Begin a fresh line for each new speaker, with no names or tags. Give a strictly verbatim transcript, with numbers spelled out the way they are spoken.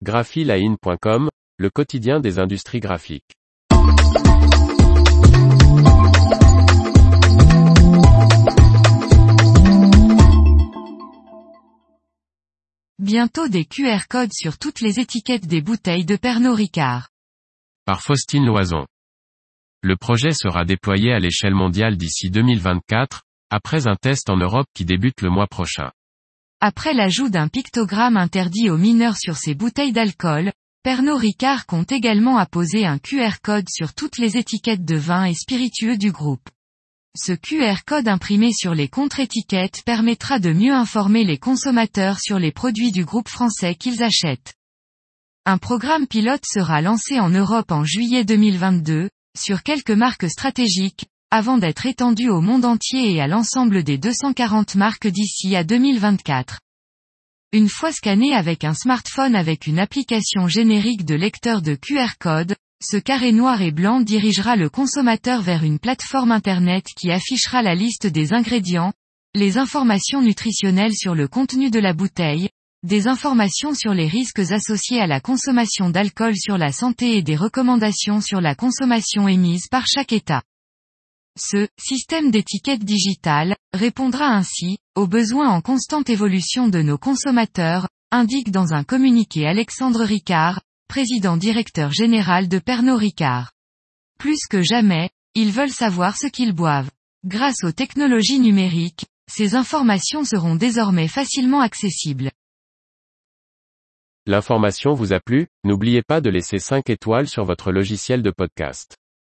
graphiline point com, le quotidien des industries graphiques.
Bientôt des Q R codes sur toutes les étiquettes des bouteilles de Pernod Ricard.
Par Faustine Loison. Le projet sera déployé à l'échelle mondiale d'ici deux mille vingt-quatre, après un test en Europe qui débute le mois prochain.
Après l'ajout d'un pictogramme interdit aux mineurs sur ces bouteilles d'alcool, Pernod Ricard compte également apposer un Q R code sur toutes les étiquettes de vins et spiritueux du groupe. Ce Q R code imprimé sur les contre-étiquettes permettra de mieux informer les consommateurs sur les produits du groupe français qu'ils achètent. Un programme pilote sera lancé en Europe en juillet deux mille vingt-deux, sur quelques marques stratégiques, avant d'être étendu au monde entier et à l'ensemble des deux cent quarante marques d'ici à deux mille vingt-quatre. Une fois scanné avec un smartphone avec une application générique de lecteur de Q R code, ce carré noir et blanc dirigera le consommateur vers une plateforme internet qui affichera la liste des ingrédients, les informations nutritionnelles sur le contenu de la bouteille, des informations sur les risques associés à la consommation d'alcool sur la santé et des recommandations sur la consommation émises par chaque État. Ce système d'étiquette digitale répondra ainsi aux besoins en constante évolution de nos consommateurs, indique dans un communiqué Alexandre Ricard, président directeur général de Pernod Ricard. Plus que jamais, ils veulent savoir ce qu'ils boivent. Grâce aux technologies numériques, ces informations seront désormais facilement accessibles.
L'information vous a plu? N'oubliez pas de laisser cinq étoiles sur votre logiciel de podcast.